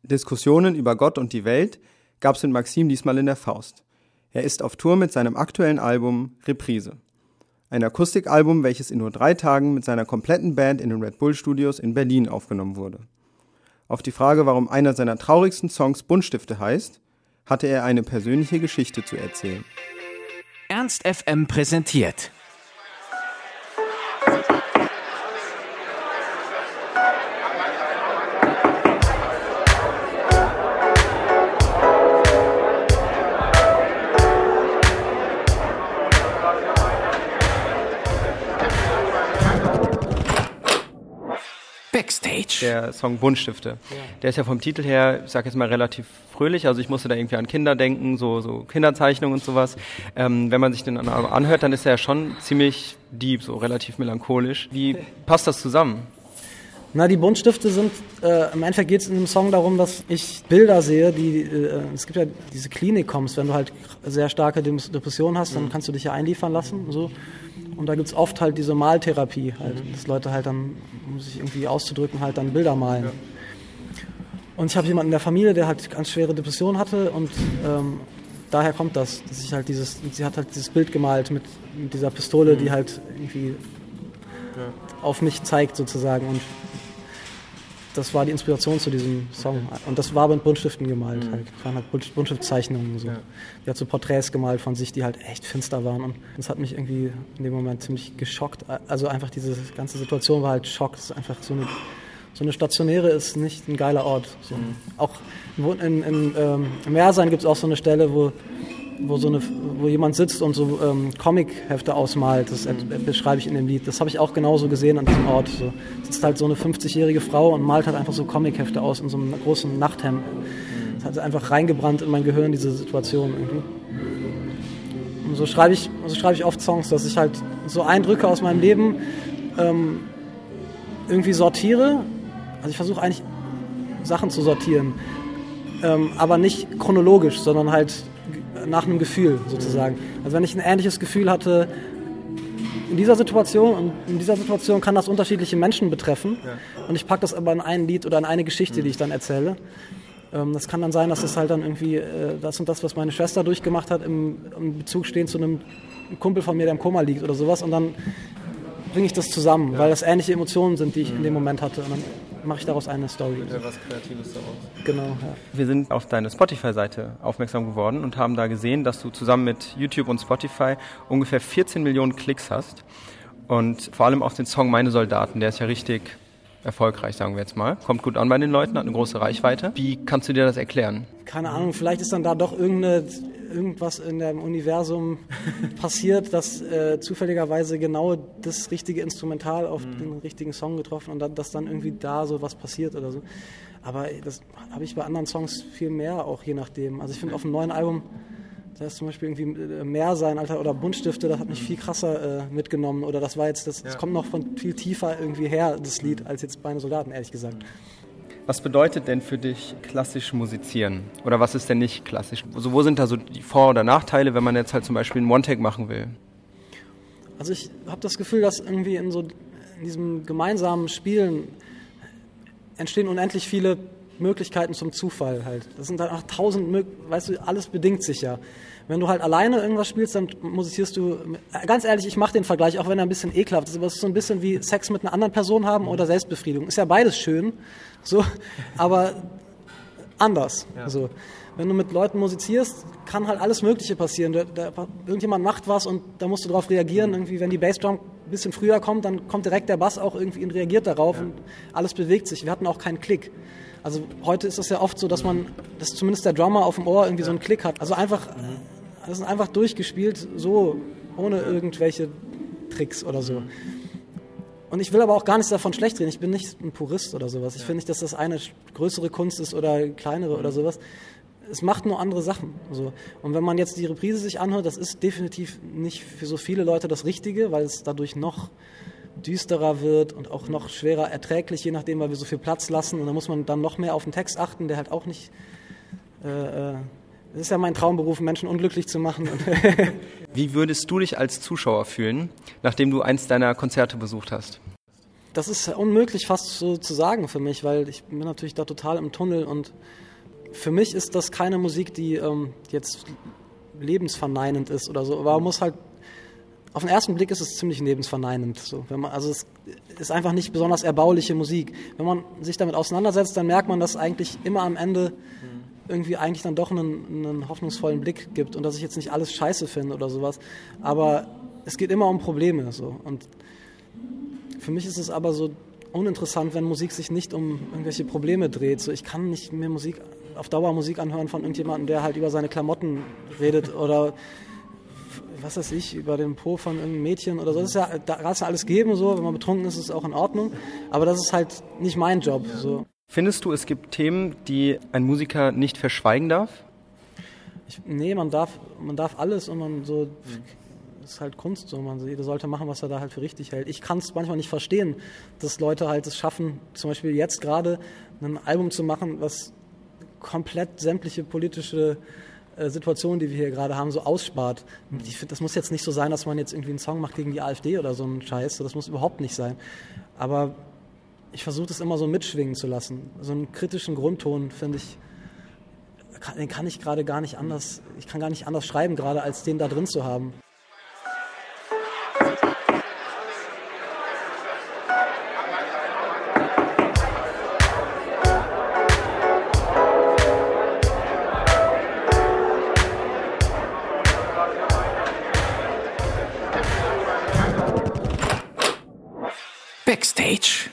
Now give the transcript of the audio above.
Diskussionen über Gott und die Welt gab es mit Maxim diesmal in der Faust. Er ist auf Tour mit seinem aktuellen Album Reprise. Ein Akustikalbum, welches in nur 3 Tagen mit seiner kompletten Band in den Red Bull Studios in Berlin aufgenommen wurde. Auf die Frage, warum einer seiner traurigsten Songs Buntstifte heißt, hatte er eine persönliche Geschichte zu erzählen. Ernst FM präsentiert. Backstage. Der Song Buntstifte. Ja. Der ist ja vom Titel her, ich sag jetzt mal, relativ fröhlich. Also ich musste da irgendwie an Kinder denken, so Kinderzeichnungen und sowas. Wenn man sich den anhört, dann ist er ja schon ziemlich deep, so relativ melancholisch. Wie passt das zusammen? Na, die Buntstifte sind, im Endeffekt geht es in dem Song darum, dass ich Bilder sehe, es gibt ja diese Klinik-Coms, wenn du halt sehr starke Depressionen hast, dann kannst du dich ja einliefern lassen, so. Und da gibt es oft halt diese Maltherapie, halt, dass Leute halt dann, um sich irgendwie auszudrücken, halt dann Bilder malen. Ja. Und ich habe jemanden in der Familie, der halt ganz schwere Depressionen hatte und daher kommt das, dass ich halt sie hat halt dieses Bild gemalt mit dieser Pistole, die halt irgendwie auf mich zeigt sozusagen, und das war die Inspiration zu diesem Song. Und das war mit Buntstiften gemalt. Halt. Das waren halt Buntstiftzeichnungen. So. Ja. Die hat so Porträts gemalt von sich, die halt echt finster waren. Und das hat mich irgendwie in dem Moment ziemlich geschockt. Also einfach diese ganze Situation war halt Schock. Es ist einfach so eine Stationäre ist nicht ein geiler Ort. So. Auch in Meersein gibt es auch so eine Stelle, wo jemand sitzt und so Comic-Hefte ausmalt. Das beschreibe ich in dem Lied. Das habe ich auch genauso gesehen an diesem Ort. So sitzt halt so eine 50-jährige Frau und malt halt einfach so Comic-Hefte aus in so einem großen Nachthemd. Das hat einfach reingebrannt in mein Gehirn, diese Situation irgendwie. Und so schreibe ich oft Songs, dass ich halt so Eindrücke aus meinem Leben irgendwie sortiere. Also ich versuche eigentlich Sachen zu sortieren, aber nicht chronologisch, sondern halt nach einem Gefühl sozusagen. Also wenn ich ein ähnliches Gefühl hatte in dieser Situation, und in dieser Situation kann das unterschiedliche Menschen betreffen, und ich packe das aber in ein Lied oder in eine Geschichte, die ich dann erzähle. Das kann dann sein, dass es halt dann irgendwie das und das, was meine Schwester durchgemacht hat, im Bezug stehen zu einem Kumpel von mir, der im Koma liegt oder sowas, und dann bringe ich das zusammen, weil das ähnliche Emotionen sind, die ich in dem Moment hatte, und dann mache ich daraus eine Story. Ja, was Kreatives daraus. Genau, ja. Wir sind auf deine Spotify-Seite aufmerksam geworden und haben da gesehen, dass du zusammen mit YouTube und Spotify ungefähr 14 Millionen Klicks hast. Und vor allem auf den Song Meine Soldaten, der ist ja richtig erfolgreich, sagen wir jetzt mal. Kommt gut an bei den Leuten, hat eine große Reichweite. Wie kannst du dir das erklären? Keine Ahnung, vielleicht ist dann da doch irgendwas in dem Universum passiert, das zufälligerweise genau das richtige Instrumental auf den richtigen Song getroffen, und dass dann irgendwie da so was passiert oder so. Aber das habe ich bei anderen Songs viel mehr auch, je nachdem. Also ich finde auf dem neuen Album, da ist zum Beispiel irgendwie Meersein, Alter, oder Buntstifte, das hat mich viel krasser mitgenommen. Oder das war jetzt, das kommt noch von viel tiefer irgendwie her, das Lied, als jetzt Meine Soldaten, ehrlich gesagt. Was bedeutet denn für dich klassisch musizieren? Oder was ist denn nicht klassisch? Also wo sind da so die Vor- oder Nachteile, wenn man jetzt halt zum Beispiel einen One-Take machen will? Also ich habe das Gefühl, dass irgendwie in diesem gemeinsamen Spielen entstehen unendlich viele Möglichkeiten zum Zufall halt. Das sind dann auch 1000, weißt du, alles bedingt sich ja. Wenn du halt alleine irgendwas spielst, dann musizierst du, ganz ehrlich, ich mache den Vergleich, auch wenn er ein bisschen ekelhaft ist, aber es ist so ein bisschen wie Sex mit einer anderen Person haben oder Selbstbefriedigung. Ist ja beides schön, so, aber anders. Ja. So. Wenn du mit Leuten musizierst, kann halt alles Mögliche passieren. Irgendjemand macht was und da musst du darauf reagieren. Irgendwie, wenn die Bassdrum ein bisschen früher kommt, dann kommt direkt der Bass auch irgendwie und reagiert darauf, und alles bewegt sich. Wir hatten auch keinen Klick. Also heute ist es ja oft so, dass zumindest der Drummer auf dem Ohr irgendwie so einen Klick hat. Also das ist einfach durchgespielt, so, ohne irgendwelche Tricks oder so. Und ich will aber auch gar nichts davon schlecht reden. Ich bin nicht ein Purist oder sowas. Ich finde nicht, dass das eine größere Kunst ist oder kleinere oder sowas. Es macht nur andere Sachen. So. Und wenn man jetzt die Reprise sich anhört, das ist definitiv nicht für so viele Leute das Richtige, weil es dadurch noch düsterer wird und auch noch schwerer erträglich, je nachdem, weil wir so viel Platz lassen. Und da muss man dann noch mehr auf den Text achten, der halt auch nicht... Es ist ja mein Traumberuf, Menschen unglücklich zu machen. Wie würdest du dich als Zuschauer fühlen, nachdem du eins deiner Konzerte besucht hast? Das ist unmöglich fast so zu sagen für mich, weil ich bin natürlich da total im Tunnel und für mich ist das keine Musik, die jetzt lebensverneinend ist oder so, aber man muss halt, auf den ersten Blick ist es ziemlich lebensverneinend. So. Es ist einfach nicht besonders erbauliche Musik. Wenn man sich damit auseinandersetzt, dann merkt man, dass eigentlich immer am Ende irgendwie eigentlich dann doch einen hoffnungsvollen Blick gibt und dass ich jetzt nicht alles scheiße finde oder sowas, aber es geht immer um Probleme. So. Und für mich ist es aber so uninteressant, wenn Musik sich nicht um irgendwelche Probleme dreht. So, ich kann nicht mehr auf Dauer Musik anhören von irgendjemandem, der halt über seine Klamotten redet oder was weiß ich, über den Po von irgendeinem Mädchen oder so. Das ist ja, da kann es ja alles geben, so. Wenn man betrunken ist, ist es auch in Ordnung. Aber das ist halt nicht mein Job. So. Findest du, es gibt Themen, die ein Musiker nicht verschweigen darf? Nee, man darf alles und man so... Das ist halt Kunst so, jeder sollte machen, was er da halt für richtig hält. Ich kann es manchmal nicht verstehen, dass Leute halt es schaffen, zum Beispiel jetzt gerade ein Album zu machen, was komplett sämtliche politische Situationen, die wir hier gerade haben, so ausspart. Ich finde, das muss jetzt nicht so sein, dass man jetzt irgendwie einen Song macht gegen die AfD oder so einen Scheiß. Das muss überhaupt nicht sein. Aber ich versuche das immer so mitschwingen zu lassen. So einen kritischen Grundton, finde ich, den kann ich gerade gar nicht anders, ich kann gar nicht anders schreiben gerade, als den da drin zu haben. Backstage